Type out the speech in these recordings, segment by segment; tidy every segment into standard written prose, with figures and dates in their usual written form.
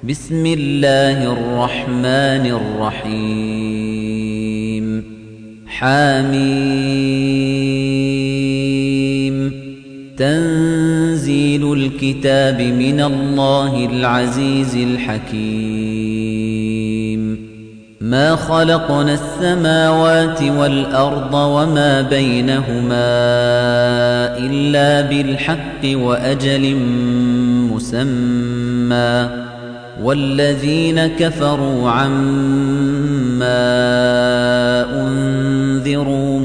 بسم الله الرحمن الرحيم حميم تنزيل الكتاب من الله العزيز الحكيم ما خلقنا السماوات والأرض وما بينهما إلا بالحق وأجل مسمى والذين كفروا عما أنذروا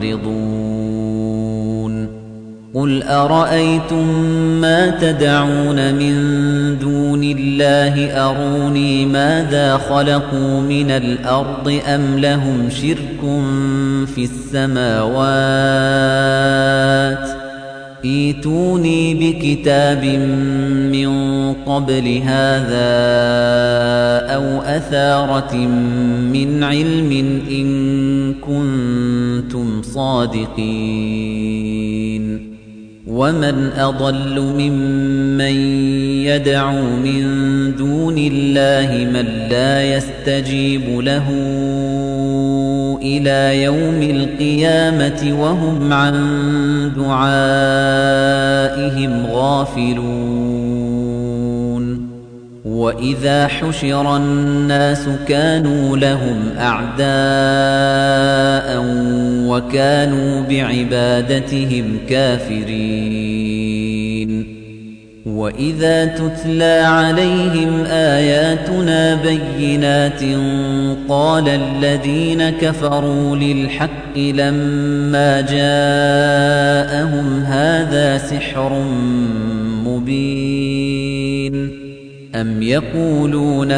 معرضون قل أرأيتم ما تدعون من دون الله أروني ماذا خلقوا من الأرض أم لهم شرك في السماوات ايتوني بكتاب من قبل هذا أو أثارة من علم إن كنتم صادقين ومن أضل ممن يدعو من دون الله من لا يستجيب له إلى يوم القيامة وهم عن دعائهم غافلون وإذا حشر الناس كانوا لهم أعداء وكانوا بعبادتهم كافرين وإذا تتلى عليهم آياتنا بينات قال الذين كفروا للحق لما جاءهم هذا سحر مبين أم يقولون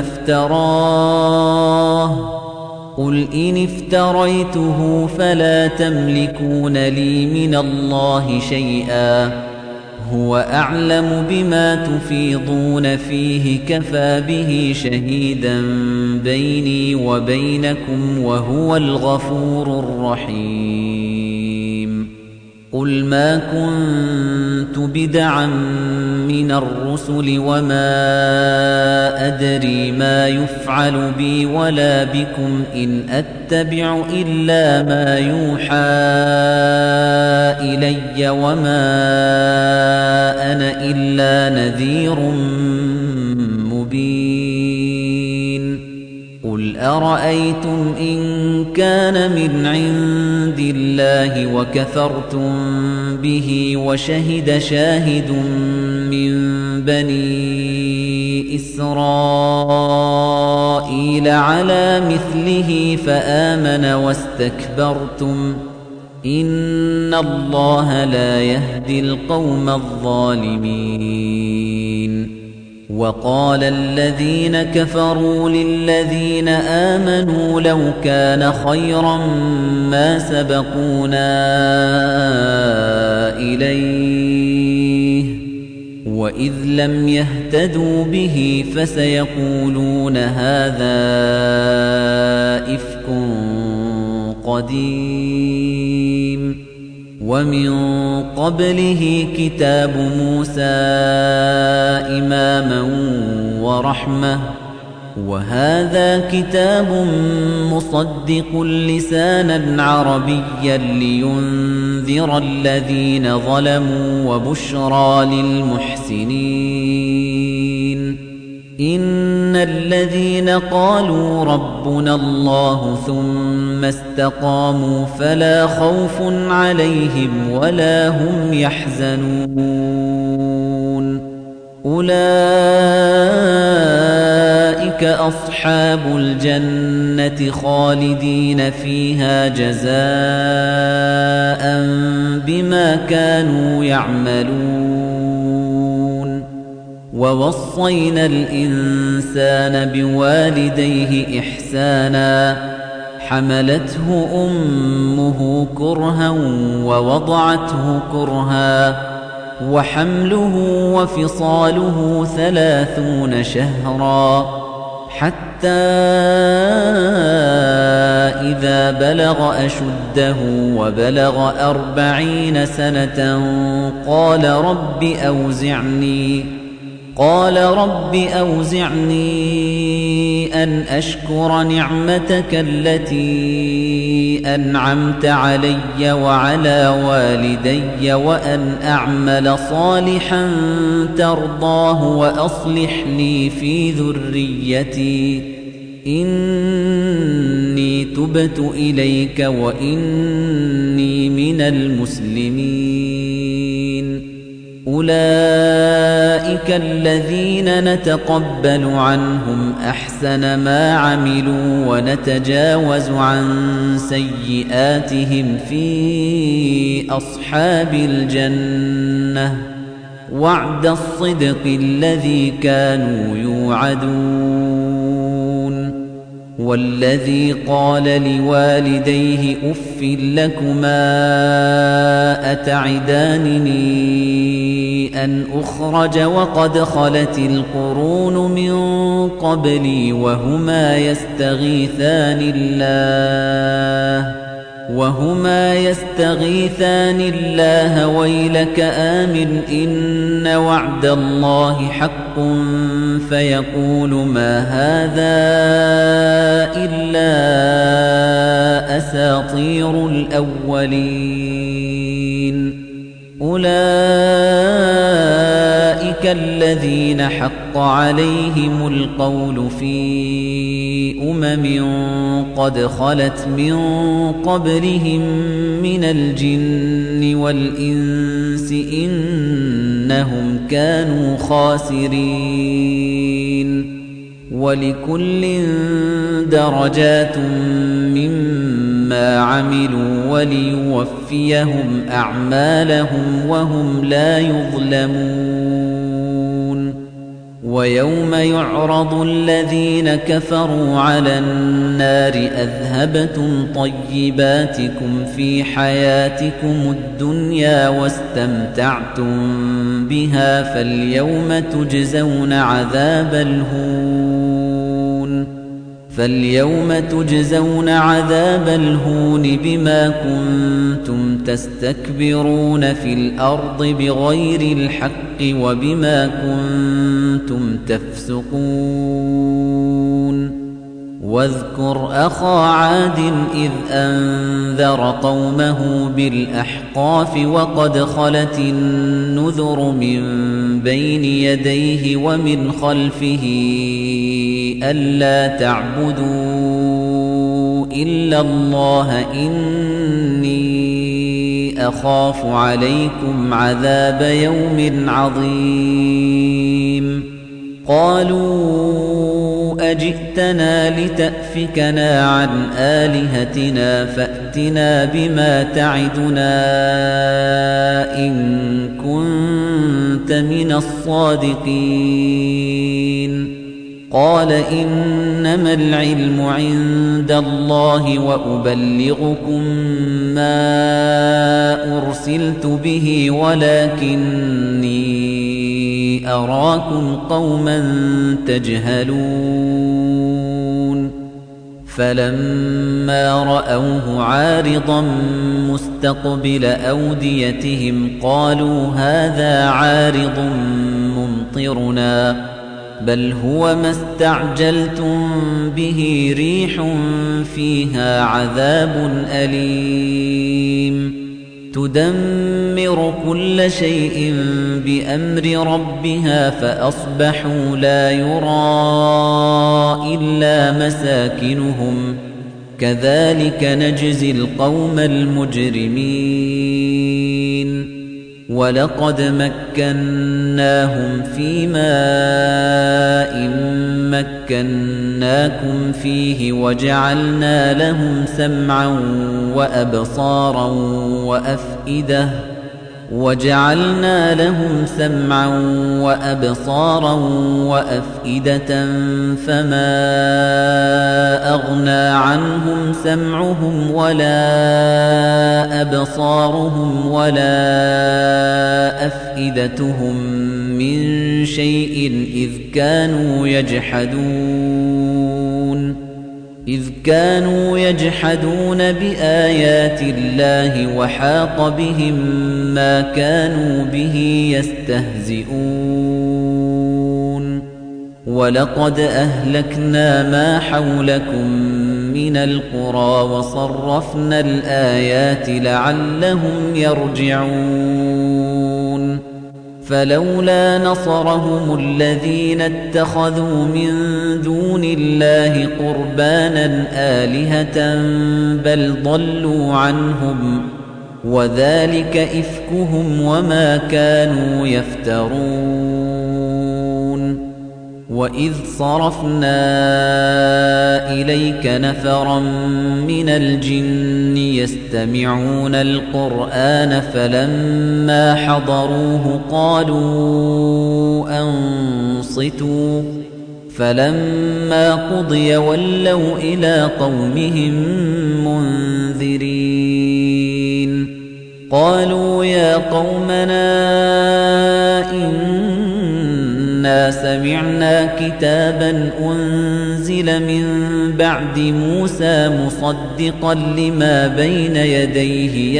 افتراه قل إن افتريته فلا تملكون لي من الله شيئا هو أعلم بما تفيضون فيه كفى به شهيدا بيني وبينكم وهو الغفور الرحيم قل ما كنت بدعا من الرسل وما أدري ما يفعل بي ولا بكم إن أتبع إلا ما يوحى إلي وما أنا إلا نذير مبين قل أرأيتم إن كان من عند الله وكفرتم به وشهد شاهد من بني إسرائيل على مثله فآمن واستكبرتم إن الله لا يهدي القوم الظالمين وقال الذين كفروا للذين آمنوا لو كان خيرا ما سبقونا إليه وإذ لم يهتدوا به فسيقولون هذا إفك قديم ومن قبله كتاب موسى إماما ورحمة وهذا كتاب مصدق لسانا عربيا لينذر الذين ظلموا وبشرى للمحسنين إن الذين قالوا ربنا الله ثم استقاموا فلا خوف عليهم ولا هم يحزنون أولئك أصحاب الجنة خالدين فيها جزاء بما كانوا يعملون ووصينا الإنسان بوالديه إحسانا حملته أمه كرها ووضعته كرها وحمله وفصاله 30 شهرا حتى إذا بلغ أشده وبلغ 40 سنة قال رب أوزعني قال رب أوزعني أن أشكر نعمتك التي أنعمت علي وعلى والدي وأن أعمل صالحا ترضاه وأصلح لي في ذريتي إني تبت إليك وإني من المسلمين أولئك الذين نتقبل عنهم أحسن ما عملوا ونتجاوز عن سيئاتهم في أصحاب الجنة وعد الصدق الذي كانوا يوعدون والذي قال لوالديه أف لكما أتعدانني أن أخرج وقد خلت القرون من قبلي وهما يستغيثان الله ويلك آمن إن وعد الله حق فيقول ما هذا إلا أساطير الأولين أولئك الذين حق عليهم القول في قد خلت من قبلهم من الجن والإنس إنهم كانوا خاسرين ولكل درجات مما عملوا وليوفيهم أعمالهم وهم لا يظلمون ويوم يعرض الذين كفروا على النار أذهبتم طيباتكم في حياتكم الدنيا واستمتعتم بها فاليوم تجزون عذاب الهون بما كنتم تستكبرون في الأرض بغير الحق وبما كنتم تفسقون واذكر أخا عاد إذ أنذر قومه بالأحقاف وقد خلت النذر من بين يديه ومن خلفه ألا تعبدوا إلا الله إني أخاف عليكم عذاب يوم عظيم قالوا أجئتنا لتأفكنا عن آلهتنا فأتنا بما تعدنا إن كنت من الصادقين قال إنما العلم عند الله وأبلغكم ما أرسلت به ولكني أراكم قوما تجهلون فلما رأوه عارضا مستقبل أوديتهم قالوا هذا عارض ممطرنا بل هو ما استعجلتم به ريح فيها عذاب أليم تدمر كل شيء بأمر ربها فأصبحوا لا يرى إلا مساكنهم كذلك نجزي القوم المجرمين ولقد مكناهم في ماء مكناكم فيه وجعلنا لهم سمعا وأبصارا وأفئدة فما أغنى عنهم سمعهم ولا أبصارهم ولا أفئدتهم من شيء إذ كانوا يجحدون بآيات الله وحاق بهم ما كانوا به يستهزئون وَلَقَدْ أَهْلَكْنَا مَا حَوْلَكُمْ مِنَ الْقُرَى وَصَرَّفْنَا الْآيَاتِ لَعَلَّهُمْ يَرْجِعُونَ فَلَوْلَا نَصَرَهُمُ الَّذِينَ اتَّخَذُوا مِن دُونِ اللَّهِ قُرْبَانًا آلِهَةً بَلْ ضَلُّوا عَنْهُمْ وَذَلِكَ إِفْكُهُمْ وَمَا كَانُوا يَفْتَرُونَ وَإِذْ صَرَفْنَا إِلَيْكَ نَفَرًا مِنَ الْجِنِّ يَسْتَمِعُونَ الْقُرْآنَ فَلَمَّا حَضَرُوهُ قَالُوا أَنصِتُوا فَلَمَّا قُضِيَ وَلَّوْا إِلَى قَوْمِهِم مُنذِرِينَ قَالُوا يَا قَوْمَنَا إِنَّا سَمِعْنَا كِتَابًا أُنزِلَ مِن بَعْدِ مُوسَى مُصَدِّقًا لِّمَا بَيْنَ يَدَيْهِ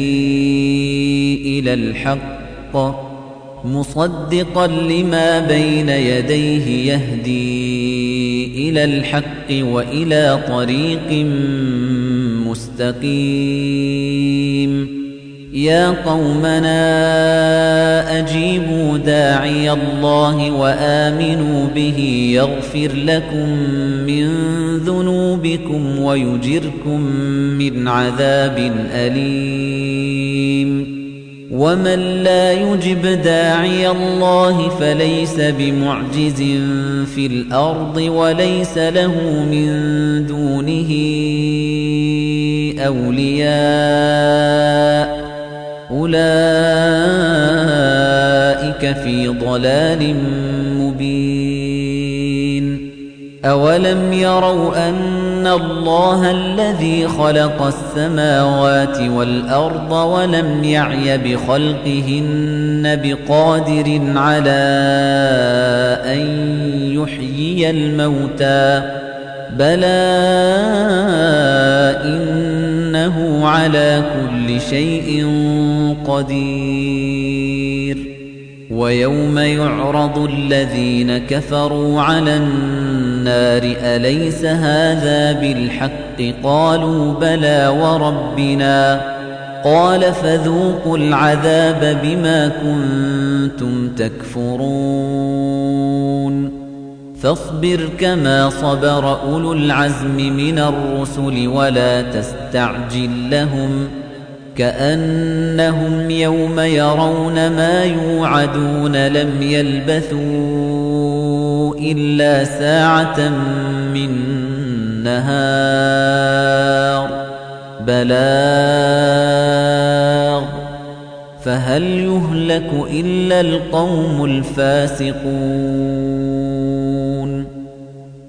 يَهْدِي إِلَى الْحَقِّ وَإِلَى طَرِيقٍ مُّسْتَقِيمٍ يَا قَوْمَنَا أَجِيبُوا دَاعِيَ اللَّهِ وَآمِنُوا بِهِ يَغْفِرْ لَكُم مِّن ذُنُوبِكُمْ وَيُجِرْكُم مِّنْ عَذَابٍ أَلِيمٍ وَمَن لا يُجِبْ دَاعِيَ اللَّهِ فَلَيْسَ بِمُعْجِزٍ فِي الْأَرْضِ وَلَيْسَ لَهُ مِن دُونِهِ أَوْلِيَاءُ أُولَئِكَ فِي ضَلَالٍ مُّبِينٍ أَوَلَمْ يَرَوْا أَنَّ اللَّهَ الَّذِي خَلَقَ السَّمَاوَاتِ وَالْأَرْضَ وَلَمْ يَعْيَ بِخَلْقِهِنَّ بِقَادِرٍ عَلَىٰ أَن يُحْيِيَ الْمَوْتَىٰ بَلَىٰ إِنَّهُ عَلَىٰ كُلِّ شَيْءٍ قَدِيرٌ وَيَوْمَ يُعْرَضُ الَّذِينَ كَفَرُوا عَلَى النَّارِ أَلَيْسَ هَٰذَا بِالْحَقِّ قَالُوا بَلَىٰ وَرَبِّنَا قَالَ فَذُوقُوا الْعَذَابَ بِمَا كُنتُمْ تَكْفُرُونَ فاصبر كما صبر أولو العزم من الرسل ولا تستعجل لهم كأنهم يوم يرون ما يوعدون لم يلبثوا إلا ساعة من نهار بلاغ فهل يهلك إلا القوم الفاسقون